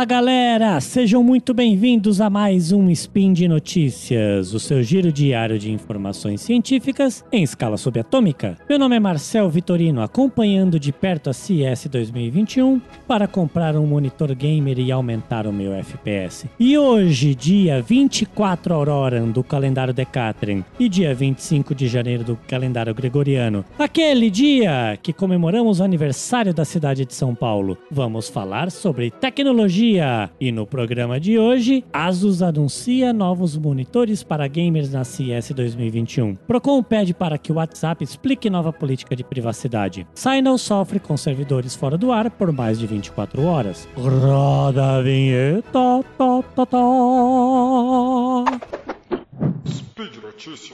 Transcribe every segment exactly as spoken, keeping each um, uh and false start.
Fala galera, sejam muito bem-vindos a mais um Spin de Notícias, o seu giro diário de informações científicas em escala subatômica. Meu nome é Marcel Vitorino, acompanhando de perto a C E S dois mil e vinte e um para comprar um monitor gamer e aumentar o meu F P S. E hoje, dia vinte e quatro Auroran do calendário Decatrian e dia vinte e cinco de janeiro do calendário Gregoriano, aquele dia que comemoramos o aniversário da cidade de São Paulo, vamos falar sobre tecnologia. E no programa de hoje, Asus anuncia novos monitores para gamers na C E S dois mil e vinte e um. Procon pede para que o WhatsApp explique nova política de privacidade. Signal sofre com servidores fora do ar por mais de vinte e quatro horas. Roda a vinheta. Tá, tá, tá. Speed Notícias.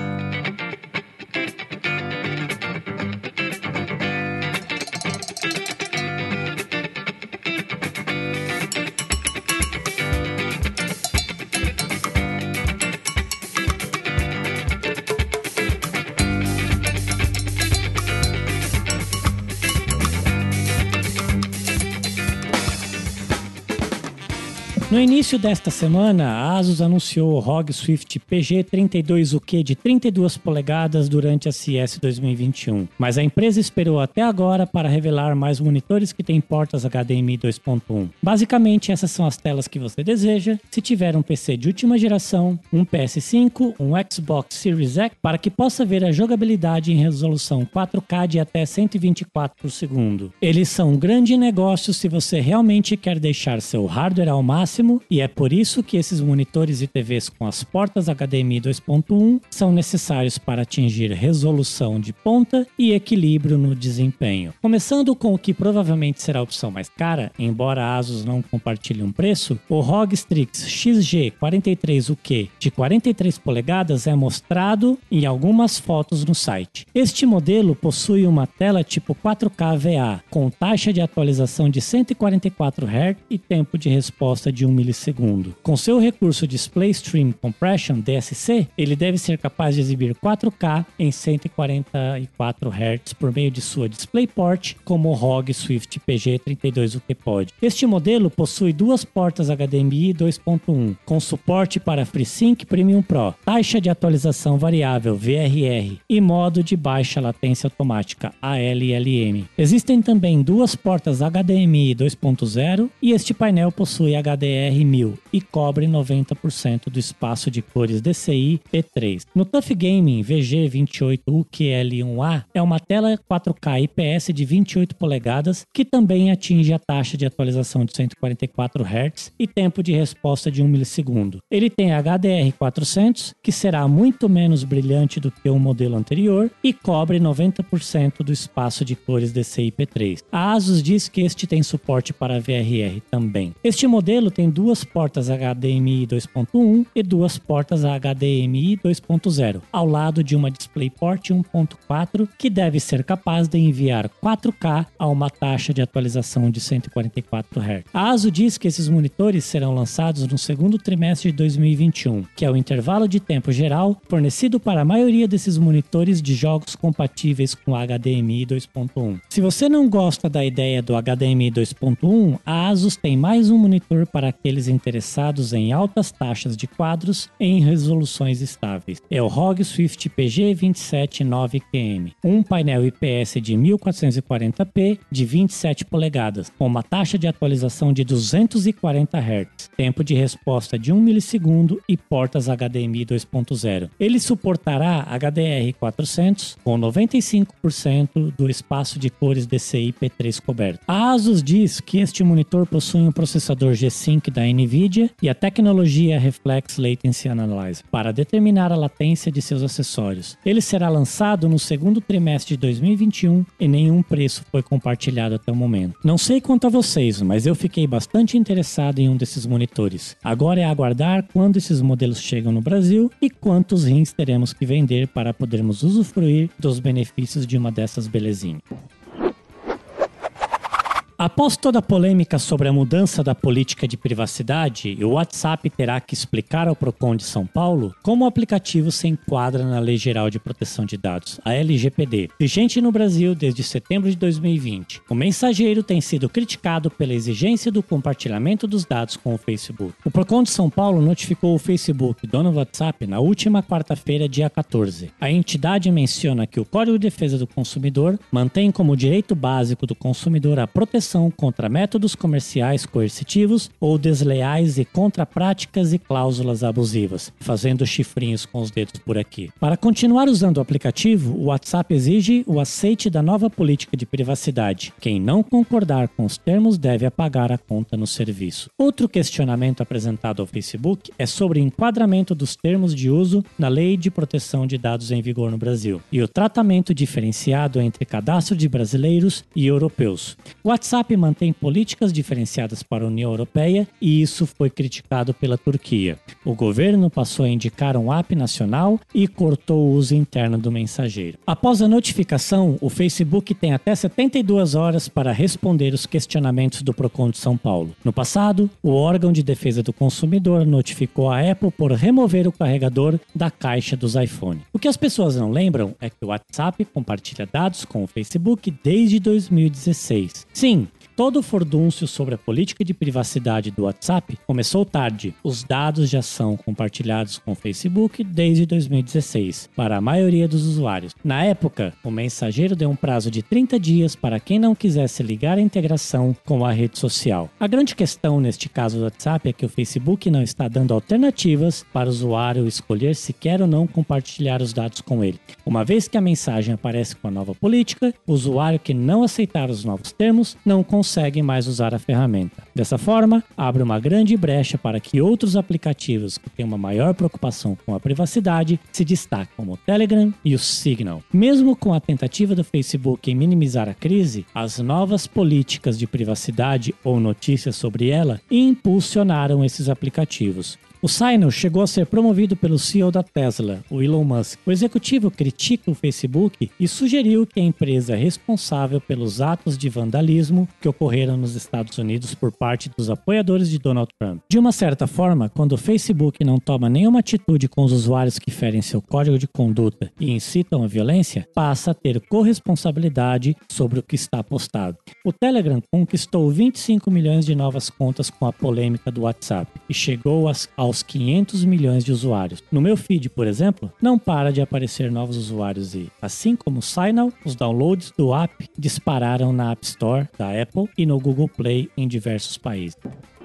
No início desta semana, a Asus anunciou o R O G Swift P G trinta e dois U Q de trinta e duas polegadas durante a C E S dois mil e vinte e um, mas a empresa esperou até agora para revelar mais monitores que têm portas H D M I dois ponto um. Basicamente, essas são as telas que você deseja se tiver um P C de última geração, um P S cinco, um Xbox Series X, para que possa ver a jogabilidade em resolução quatro K de até cento e vinte e quatro por segundo. Eles são um grande negócio se você realmente quer deixar seu hardware ao máximo, e é por isso que esses monitores e T Vs com as portas H D M I dois ponto um são necessários para atingir resolução de ponta e equilíbrio no desempenho. Começando com o que provavelmente será a opção mais cara, embora a Asus não compartilhe um preço, o R O G Strix X G quarenta e três U Q de quarenta e três polegadas é mostrado em algumas fotos no site. Este modelo possui uma tela tipo quatro K V A, com taxa de atualização de cento e quarenta e quatro hertz e tempo de resposta de um milissegundo. Com seu recurso Display Stream Compression D S C, ele deve ser capaz de exibir quatro K em cento e quarenta e quatro hertz por meio de sua DisplayPort, como o R O G Swift P G trinta e dois U Q pode. Este modelo possui duas portas H D M I dois ponto um, com suporte para FreeSync Premium Pro, taxa de atualização variável V R R e modo de baixa latência automática A L L M. Existem também duas portas H D M I dois ponto zero e este painel possui H D R mil e cobre noventa por cento do espaço de cores D C I P três. No Tough Gaming V G vinte e oito U Q L um A é uma tela quatro K I P S de vinte e oito polegadas que também atinge a taxa de atualização de cento e quarenta e quatro hertz e tempo de resposta de um milissegundo. Ele tem H D R quatrocentos, que será muito menos brilhante do que o modelo anterior e cobre noventa por cento do espaço de cores D C I P três. A Asus diz que este tem suporte para V R R também. Este modelo tem duas portas H D M I dois ponto um e duas portas H D M I dois ponto zero, ao lado de uma DisplayPort um ponto quatro que deve ser capaz de enviar quatro K a uma taxa de atualização de cento e quarenta e quatro hertz. A Asus diz que esses monitores serão lançados no segundo trimestre de dois mil e vinte e um, que é o intervalo de tempo geral fornecido para a maioria desses monitores de jogos compatíveis com H D M I dois ponto um. Se você não gosta da ideia do H D M I dois ponto um, a Asus tem mais um monitor para aqueles interessados em altas taxas de quadros em resoluções estáveis. É o R O G Swift P G vinte e sete nove Q M, um painel I P S de mil quatrocentos e quarenta p de vinte e sete polegadas, com uma taxa de atualização de duzentos e quarenta hertz, tempo de resposta de um milissegundo e portas H D M I dois ponto zero. Ele suportará H D R quatrocentos com noventa e cinco por cento do espaço de cores D C I P três coberto. A Asus diz que este monitor possui um processador G cinco da NVIDIA e a tecnologia Reflex Latency Analyzer para determinar a latência de seus acessórios. Ele será lançado no segundo trimestre de dois mil e vinte e um e nenhum preço foi compartilhado até o momento. Não sei quanto a vocês, mas eu fiquei bastante interessado em um desses monitores. Agora é aguardar quando esses modelos chegam no Brasil e quantos rins teremos que vender para podermos usufruir dos benefícios de uma dessas belezinhas. Após toda a polêmica sobre a mudança da política de privacidade, o WhatsApp terá que explicar ao Procon de São Paulo como o aplicativo se enquadra na Lei Geral de Proteção de Dados, a L G P D, vigente no Brasil desde setembro de dois mil e vinte. O mensageiro tem sido criticado pela exigência do compartilhamento dos dados com o Facebook. O Procon de São Paulo notificou o Facebook, dono do WhatsApp, na última quarta-feira, dia quatorze. A entidade menciona que o Código de Defesa do Consumidor mantém como direito básico do consumidor a proteção contra métodos comerciais coercitivos ou desleais e contra práticas e cláusulas abusivas, fazendo chifrinhos com os dedos por aqui. Para continuar usando o aplicativo, o WhatsApp exige o aceite da nova política de privacidade. Quem não concordar com os termos deve apagar a conta no serviço. Outro questionamento apresentado ao Facebook é sobre o enquadramento dos termos de uso na Lei de Proteção de Dados em vigor no Brasil e o tratamento diferenciado entre cadastro de brasileiros e europeus. O WhatsApp O WhatsApp mantém políticas diferenciadas para a União Europeia e isso foi criticado pela Turquia. O governo passou a indicar um app nacional e cortou o uso interno do mensageiro. Após a notificação, o Facebook tem até setenta e duas horas para responder os questionamentos do Procon de São Paulo. No passado, o órgão de defesa do consumidor notificou a Apple por remover o carregador da caixa dos iPhone. O que as pessoas não lembram é que o WhatsApp compartilha dados com o Facebook desde dois mil e dezesseis. Sim, todo o furdúncio sobre a política de privacidade do WhatsApp começou tarde. Os dados já são compartilhados com o Facebook desde dois mil e dezesseis, para a maioria dos usuários. Na época, o mensageiro deu um prazo de trinta dias para quem não quisesse ligar a integração com a rede social. A grande questão neste caso do WhatsApp é que o Facebook não está dando alternativas para o usuário escolher se quer ou não compartilhar os dados com ele. Uma vez que a mensagem aparece com a nova política, o usuário que não aceitar os novos termos não consegue conseguem mais usar a ferramenta. Dessa forma, abre uma grande brecha para que outros aplicativos que têm uma maior preocupação com a privacidade se destaquem, como o Telegram e o Signal. Mesmo com a tentativa do Facebook em minimizar a crise, as novas políticas de privacidade ou notícias sobre ela impulsionaram esses aplicativos. O Signal chegou a ser promovido pelo C E O da Tesla, o Elon Musk. O executivo critica o Facebook e sugeriu que a empresa é responsável pelos atos de vandalismo que ocorreram nos Estados Unidos por parte dos apoiadores de Donald Trump. De uma certa forma, quando o Facebook não toma nenhuma atitude com os usuários que ferem seu código de conduta e incitam a violência, passa a ter corresponsabilidade sobre o que está postado. O Telegram conquistou vinte e cinco milhões de novas contas com a polêmica do WhatsApp e chegou às aos quinhentos milhões de usuários. No meu feed, por exemplo, não para de aparecer novos usuários e, assim como o Signal, os downloads do app dispararam na App Store da Apple e no Google Play em diversos países.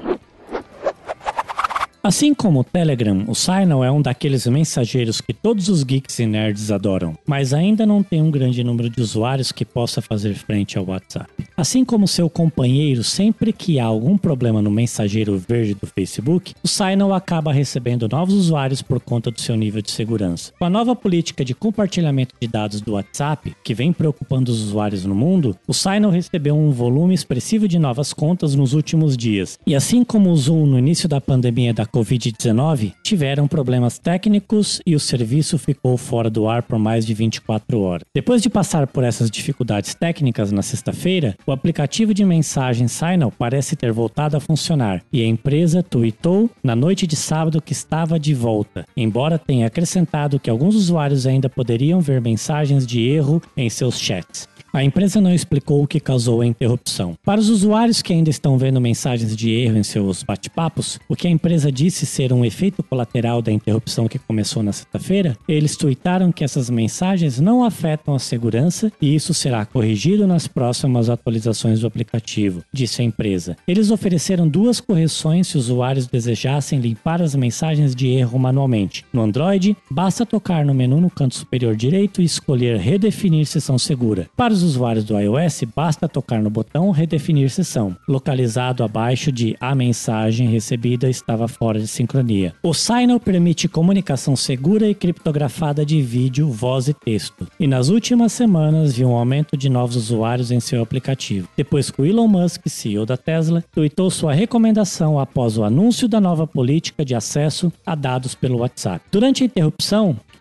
Assim como o Telegram, o Signal é um daqueles mensageiros que todos os geeks e nerds adoram, mas ainda não tem um grande número de usuários que possa fazer frente ao WhatsApp. Assim como seu companheiro, sempre que há algum problema no mensageiro verde do Facebook, o Signal acaba recebendo novos usuários por conta do seu nível de segurança. Com a nova política de compartilhamento de dados do WhatsApp, que vem preocupando os usuários no mundo, o Signal recebeu um volume expressivo de novas contas nos últimos dias. E assim como o Zoom no início da pandemia da covid dezenove, tiveram problemas técnicos e o serviço ficou fora do ar por mais de vinte e quatro horas. Depois de passar por essas dificuldades técnicas na sexta-feira, o aplicativo de mensagem Signal parece ter voltado a funcionar e a empresa tweetou na noite de sábado que estava de volta, embora tenha acrescentado que alguns usuários ainda poderiam ver mensagens de erro em seus chats. A empresa não explicou o que causou a interrupção. Para os usuários que ainda estão vendo mensagens de erro em seus bate-papos, o que a empresa disse ser um efeito colateral da interrupção que começou na sexta-feira, eles tuitaram que essas mensagens não afetam a segurança e isso será corrigido nas próximas atualizações do aplicativo, disse a empresa. Eles ofereceram duas correções se usuários desejassem limpar as mensagens de erro manualmente. No Android, basta tocar no menu no canto superior direito e escolher redefinir sessão segura. Para os usuários do iOS, basta tocar no botão redefinir sessão, localizado abaixo de a mensagem recebida estava fora de sincronia. O Signal permite comunicação segura e criptografada de vídeo, voz e texto, e nas últimas semanas viu um aumento de novos usuários em seu aplicativo, depois que o Elon Musk, C E O da Tesla, tweetou sua recomendação após o anúncio da nova política de acesso a dados pelo WhatsApp. Durante a interrupção,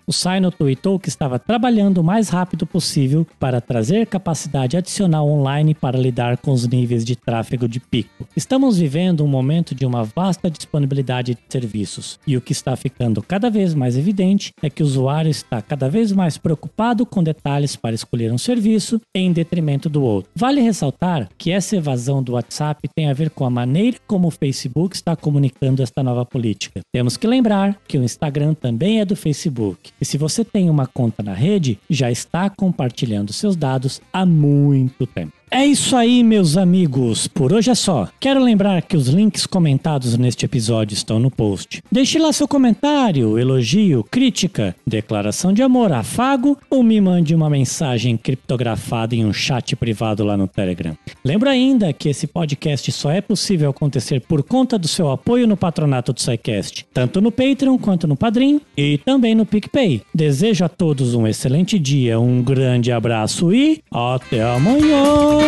O Signal tweetou que estava trabalhando o mais rápido possível para trazer capacidade adicional online para lidar com os níveis de tráfego de pico. Estamos vivendo um momento de uma vasta disponibilidade de serviços, e o que está ficando cada vez mais evidente é que o usuário está cada vez mais preocupado com detalhes para escolher um serviço em detrimento do outro. Vale ressaltar que essa evasão do WhatsApp tem a ver com a maneira como o Facebook está comunicando esta nova política. Temos que lembrar que o Instagram também é do Facebook, e se você tem uma conta na rede, já está compartilhando seus dados há muito tempo. É isso aí, meus amigos. Por hoje é só. Quero lembrar que os links comentados neste episódio estão no post. Deixe lá seu comentário, elogio, crítica, declaração de amor, afago ou me mande uma mensagem criptografada em um chat privado lá no Telegram. Lembro ainda que esse podcast só é possível acontecer por conta do seu apoio no patronato do SciCast, tanto no Patreon quanto no Padrim e também no PicPay. Desejo a todos um excelente dia, um grande abraço e até amanhã!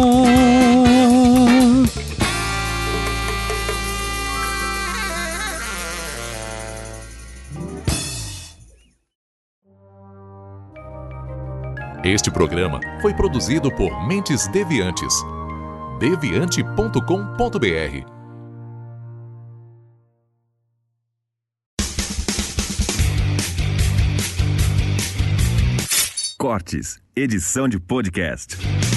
Este programa foi produzido por Mentes Deviantes. deviante ponto com ponto b r. Cortes, edição de podcast.